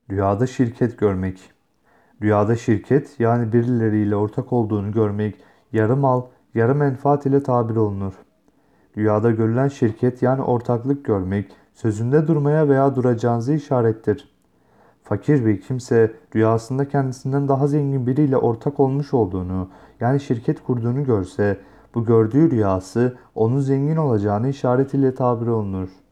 Rüyada şirket görmek. Rüyada şirket yani birileriyle ortak olduğunu görmek yarı mal, yarı menfaat ile tabir olunur. Rüyada görülen şirket yani ortaklık görmek sözünde durmaya veya duracağınızı işarettir. Fakir bir kimse rüyasında kendisinden daha zengin biriyle ortak olmuş olduğunu yani şirket kurduğunu görse bu gördüğü rüyası onun zengin olacağını işaret ile tabir olunur.